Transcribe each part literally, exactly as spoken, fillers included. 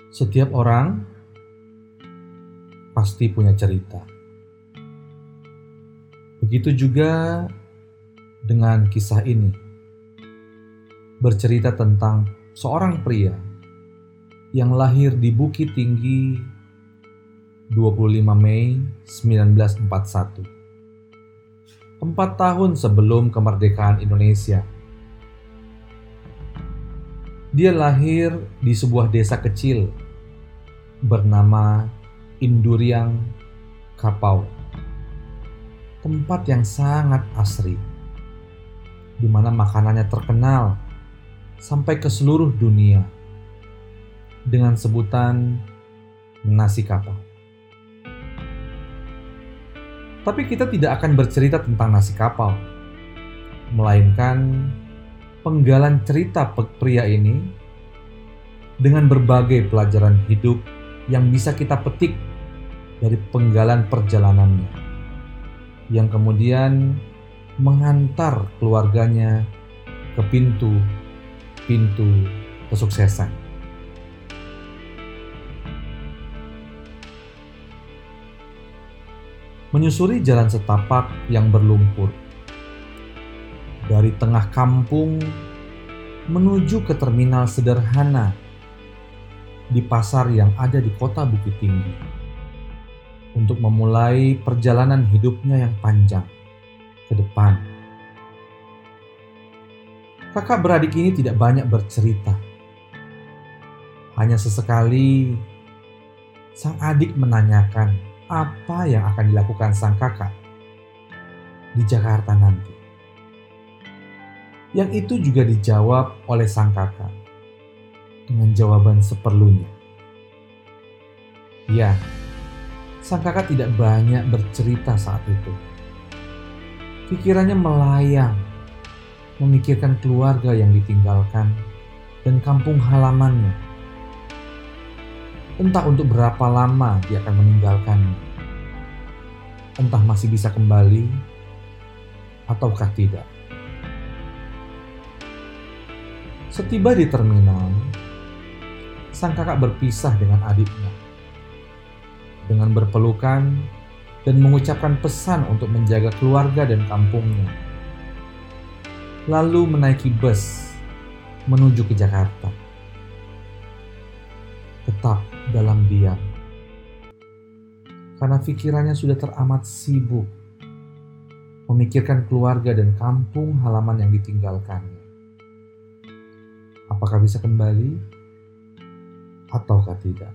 Setiap orang pasti punya cerita. Begitu juga dengan kisah ini. Bercerita tentang seorang pria yang lahir di Bukit Tinggi dua puluh lima Mei seribu sembilan ratus empat puluh satu. Empat tahun sebelum kemerdekaan Indonesia. Dia lahir di sebuah desa kecil bernama Induriang Kapau. Tempat yang sangat asri, di mana makanannya terkenal sampai ke seluruh dunia dengan sebutan nasi kapau. Tapi kita tidak akan bercerita tentang nasi kapau, melainkan penggalan cerita pria ini dengan berbagai pelajaran hidup yang bisa kita petik dari penggalan perjalanannya, yang kemudian mengantar keluarganya ke pintu-pintu kesuksesan. Menyusuri jalan setapak yang berlumpur dari tengah kampung menuju ke terminal sederhana di pasar yang ada di kota Bukit Tinggi untuk memulai perjalanan hidupnya yang panjang ke depan. Kakak beradik ini tidak banyak bercerita. Hanya sesekali sang adik menanyakan apa yang akan dilakukan sang kakak di Jakarta nanti. Yang itu juga dijawab oleh sang kakak dengan jawaban seperlunya. Ya, sang kakak tidak banyak bercerita saat itu. Pikirannya melayang, memikirkan keluarga yang ditinggalkan dan kampung halamannya. Entah untuk berapa lama dia akan meninggalkannya. Entah masih bisa kembali ataukah tidak. Setiba di terminal, sang kakak berpisah dengan adiknya dengan berpelukan dan mengucapkan pesan untuk menjaga keluarga dan kampungnya. Lalu menaiki bus menuju ke Jakarta. Tetap dalam diam, karena pikirannya sudah teramat sibuk memikirkan keluarga dan kampung halaman yang ditinggalkannya. Apakah bisa kembali ataukah tidak?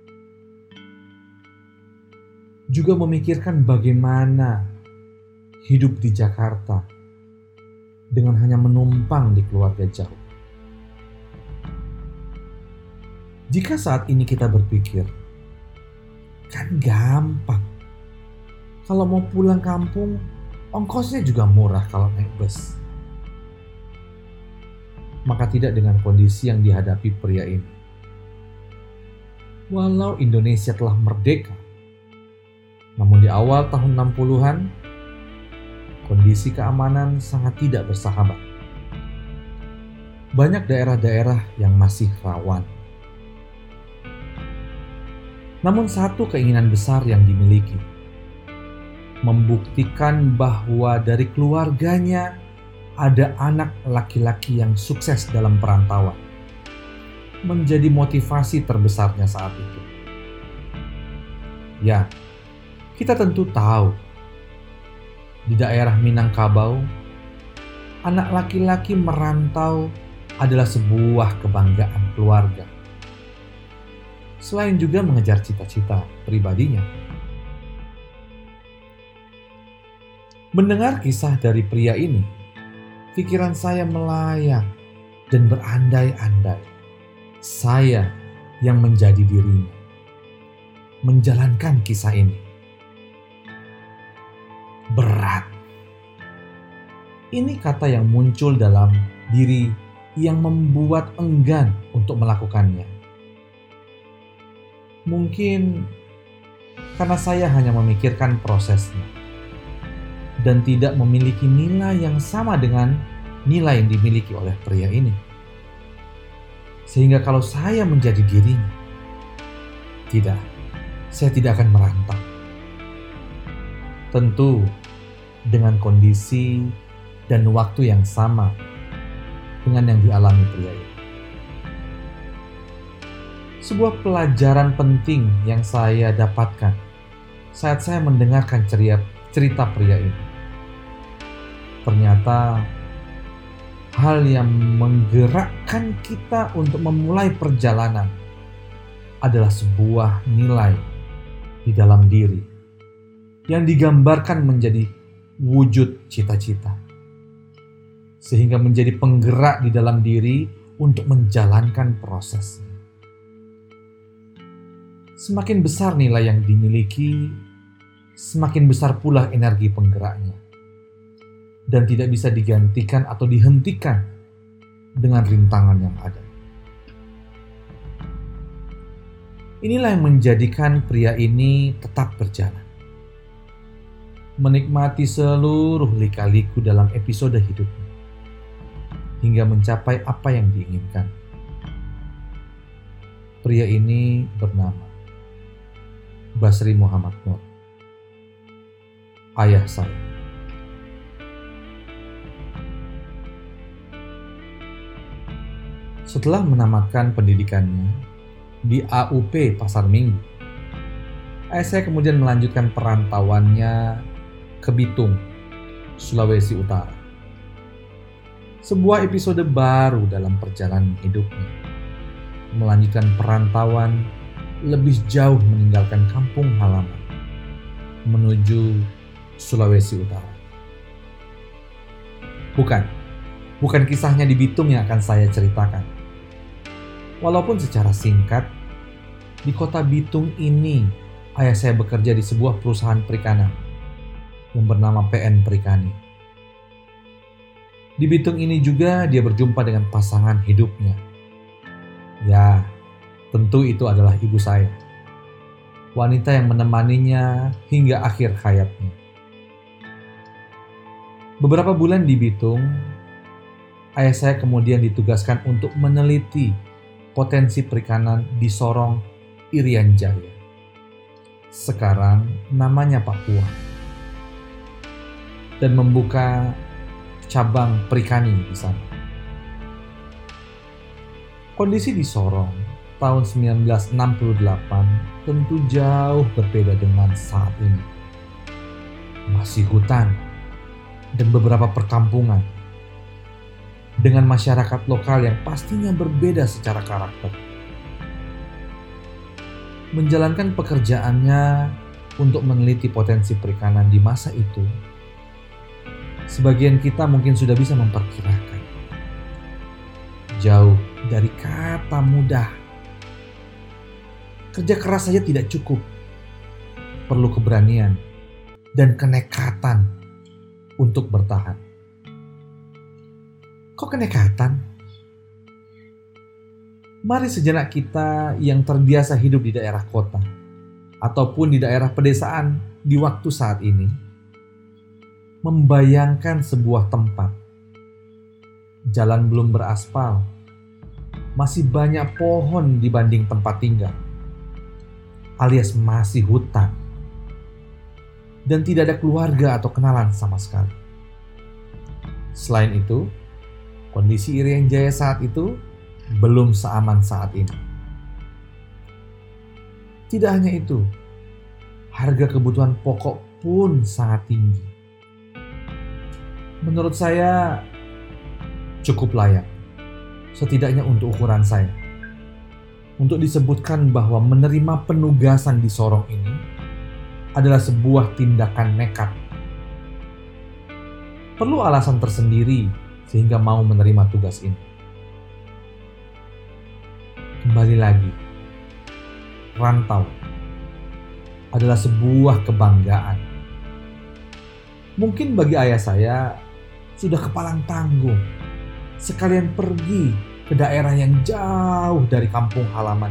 Juga memikirkan bagaimana hidup di Jakarta dengan hanya menumpang di keluarga jauh. Jika saat ini kita berpikir, kan gampang. Kalau mau pulang kampung, ongkosnya juga murah kalau naik bus. Maka tidak dengan kondisi yang dihadapi pria ini. Walau Indonesia telah merdeka, namun di awal tahun enam puluhan, kondisi keamanan sangat tidak bersahabat. Banyak daerah-daerah yang masih rawan. Namun satu keinginan besar yang dimiliki, membuktikan bahwa dari keluarganya ada anak laki-laki yang sukses dalam perantauan, menjadi motivasi terbesarnya saat itu. Ya, kita tentu tahu, di daerah Minangkabau, anak laki-laki merantau adalah sebuah kebanggaan keluarga. Selain juga mengejar cita-cita pribadinya. Mendengar kisah dari pria ini, pikiran saya melayang dan berandai-andai. Saya yang menjadi dirinya, menjalankan kisah ini. Berat. Ini kata yang muncul dalam diri yang membuat enggan untuk melakukannya. Mungkin karena saya hanya memikirkan prosesnya dan tidak memiliki nilai yang sama dengan nilai yang dimiliki oleh pria ini. Sehingga kalau saya menjadi dirinya, Tidak, saya tidak akan merantau. Tentu dengan kondisi dan waktu yang sama dengan yang dialami pria ini. Sebuah pelajaran penting yang saya dapatkan saat saya mendengarkan cerita, cerita pria ini. Ternyata hal yang menggerakkan kita untuk memulai perjalanan adalah sebuah nilai di dalam diri yang digambarkan menjadi wujud cita-cita, sehingga menjadi penggerak di dalam diri untuk menjalankan proses. Semakin besar nilai yang dimiliki, semakin besar pula energi penggeraknya, dan tidak bisa digantikan atau dihentikan dengan rintangan yang ada. Inilah yang menjadikan pria ini tetap berjalan, menikmati seluruh lika-liku dalam episode hidupnya, hingga mencapai apa yang diinginkan. Pria ini bernama Basri Muhammad Nur, ayah saya. Setelah menamatkan pendidikannya di A U P Pasar Minggu, ayah saya kemudian melanjutkan perantauannya ke Bitung, Sulawesi Utara. Sebuah episode baru dalam perjalanan hidupnya, melanjutkan perantauan lebih jauh meninggalkan kampung halaman menuju Sulawesi Utara. Bukan, bukan kisahnya di Bitung yang akan saya ceritakan. Walaupun secara singkat, di kota Bitung ini ayah saya bekerja di sebuah perusahaan perikanan yang bernama P N Perikani. Di Bitung ini juga dia berjumpa dengan pasangan hidupnya. Ya, tentu itu adalah ibu saya, wanita yang menemaninya hingga akhir hayatnya. Beberapa bulan di Bitung, ayah saya kemudian ditugaskan untuk meneliti potensi perikanan di Sorong, Irian Jaya. Sekarang namanya Papua. Dan membuka cabang perikani di sana. Kondisi di Sorong tahun sembilan belas enam puluh delapan tentu jauh berbeda dengan saat ini. Masih hutan dan beberapa perkampungan, dengan masyarakat lokal yang pastinya berbeda secara karakter. Menjalankan pekerjaannya untuk meneliti potensi perikanan di masa itu, sebagian kita mungkin sudah bisa memperkirakan. Jauh dari kata mudah. Kerja keras saja tidak cukup. Perlu keberanian dan kenekatan untuk bertahan. Kok kenekatan? Mari sejenak kita yang terbiasa hidup di daerah kota ataupun di daerah pedesaan di waktu saat ini membayangkan sebuah tempat. Jalan belum beraspal, masih banyak pohon dibanding tempat tinggal, alias masih hutan, dan tidak ada keluarga atau kenalan sama sekali. Selain itu, kondisi Irian Jaya saat itu belum seaman saat ini. Tidak hanya itu, harga kebutuhan pokok pun sangat tinggi. Menurut saya cukup layak, setidaknya untuk ukuran saya, untuk disebutkan bahwa menerima penugasan di Sorong ini adalah sebuah tindakan nekat. Perlu alasan tersendiri sehingga mau menerima tugas ini. Kembali lagi, rantau adalah sebuah kebanggaan. Mungkin bagi ayah saya sudah kepalang tanggung sekalian pergi ke daerah yang jauh dari kampung halaman.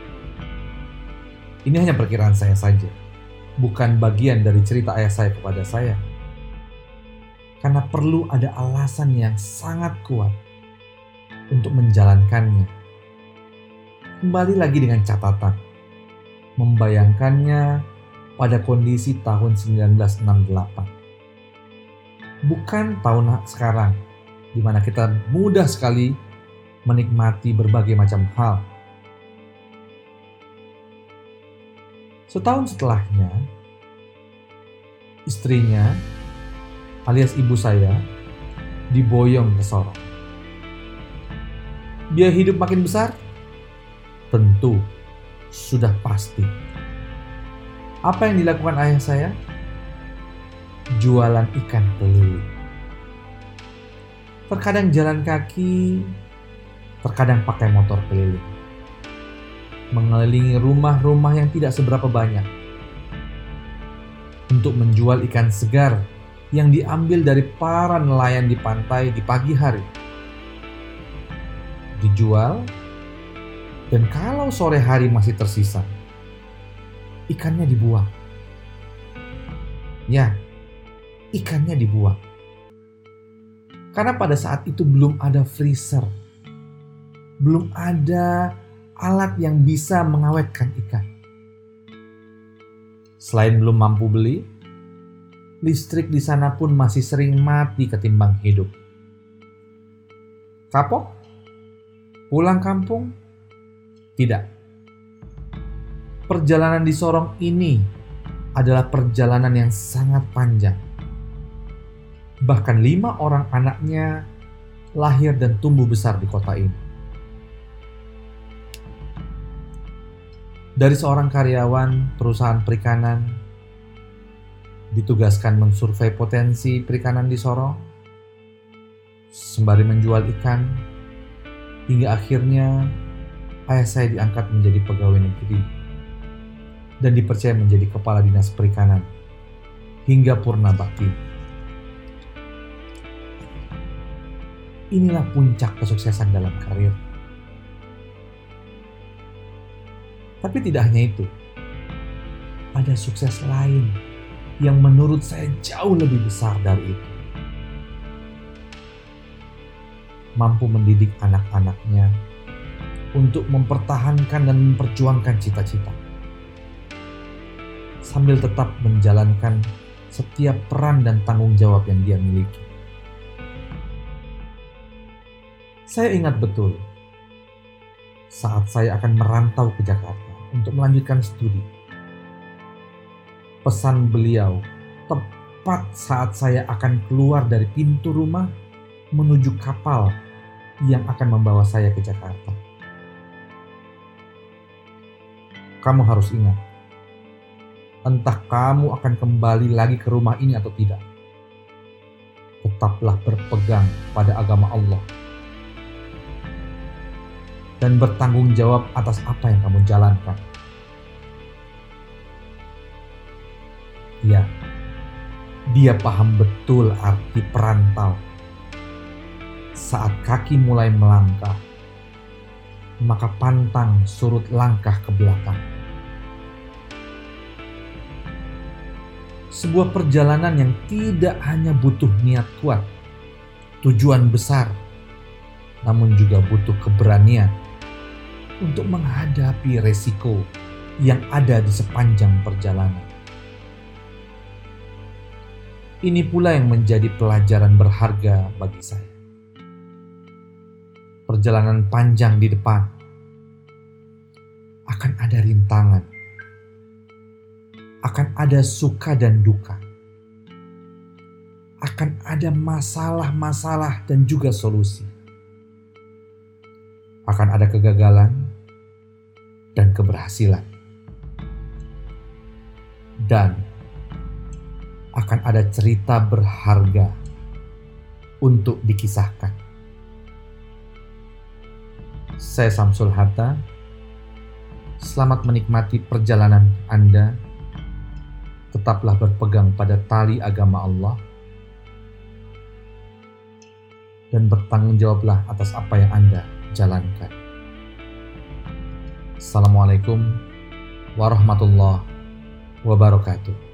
Ini hanya perkiraan saya saja, bukan bagian dari cerita ayah saya kepada saya. Karena perlu ada alasan yang sangat kuat untuk menjalankannya. Kembali lagi dengan catatan, membayangkannya pada kondisi tahun seribu sembilan ratus enam puluh delapan. Bukan tahun sekarang, di mana kita mudah sekali menikmati berbagai macam hal. Setahun setelahnya, istrinya alias ibu saya diboyong ke Sorong. Biaya hidup makin besar? Tentu, sudah pasti. Apa yang dilakukan ayah saya? Jualan ikan keliling. Terkadang jalan kaki, terkadang pakai motor keliling. Mengelilingi rumah-rumah yang tidak seberapa banyak untuk menjual ikan segar yang diambil dari para nelayan di pantai di pagi hari. Dijual, dan kalau sore hari masih tersisa, ikannya dibuang. Ya, ikannya dibuang. Karena pada saat itu belum ada freezer, belum ada alat yang bisa mengawetkan ikan. Selain belum mampu beli, listrik di sana pun masih sering mati ketimbang hidup. Kapok? Pulang kampung? Tidak. Perjalanan di Sorong ini adalah perjalanan yang sangat panjang. Bahkan lima orang anaknya lahir dan tumbuh besar di kota ini. Dari seorang karyawan perusahaan perikanan, ditugaskan mensurvei potensi perikanan di Sorong, sembari menjual ikan, hingga akhirnya ayah saya diangkat menjadi pegawai negeri dan dipercaya menjadi kepala dinas perikanan hingga purna bakti. Inilah puncak kesuksesan dalam karir. Tapi tidak hanya itu, ada sukses lain yang menurut saya jauh lebih besar dari itu. Mampu mendidik anak-anaknya untuk mempertahankan dan memperjuangkan cita-cita, sambil tetap menjalankan setiap peran dan tanggung jawab yang dia miliki. Saya ingat betul saat saya akan merantau ke Jakarta untuk melanjutkan studi. Pesan beliau tepat saat saya akan keluar dari pintu rumah menuju kapal yang akan membawa saya ke Jakarta. Kamu harus ingat, entah kamu akan kembali lagi ke rumah ini atau tidak, tetaplah berpegang pada agama Allah dan bertanggung jawab atas apa yang kamu jalankan. Ya, dia paham betul arti perantau. Saat kaki mulai melangkah, maka pantang surut langkah ke belakang. Sebuah perjalanan yang tidak hanya butuh niat kuat, tujuan besar, namun juga butuh keberanian untuk menghadapi resiko yang ada di sepanjang perjalanan. Ini pula yang menjadi pelajaran berharga bagi saya. Perjalanan panjang di depan akan ada rintangan, akan ada suka dan duka, akan ada masalah-masalah dan juga solusi. Akan ada kegagalan dan keberhasilan. Dan akan ada cerita berharga untuk dikisahkan. Saya Samsul Hatta. Selamat menikmati perjalanan Anda. Tetaplah berpegang pada tali agama Allah dan bertanggung jawablah atas apa yang Anda jalankan. Assalamualaikum warahmatullahi wabarakatuh.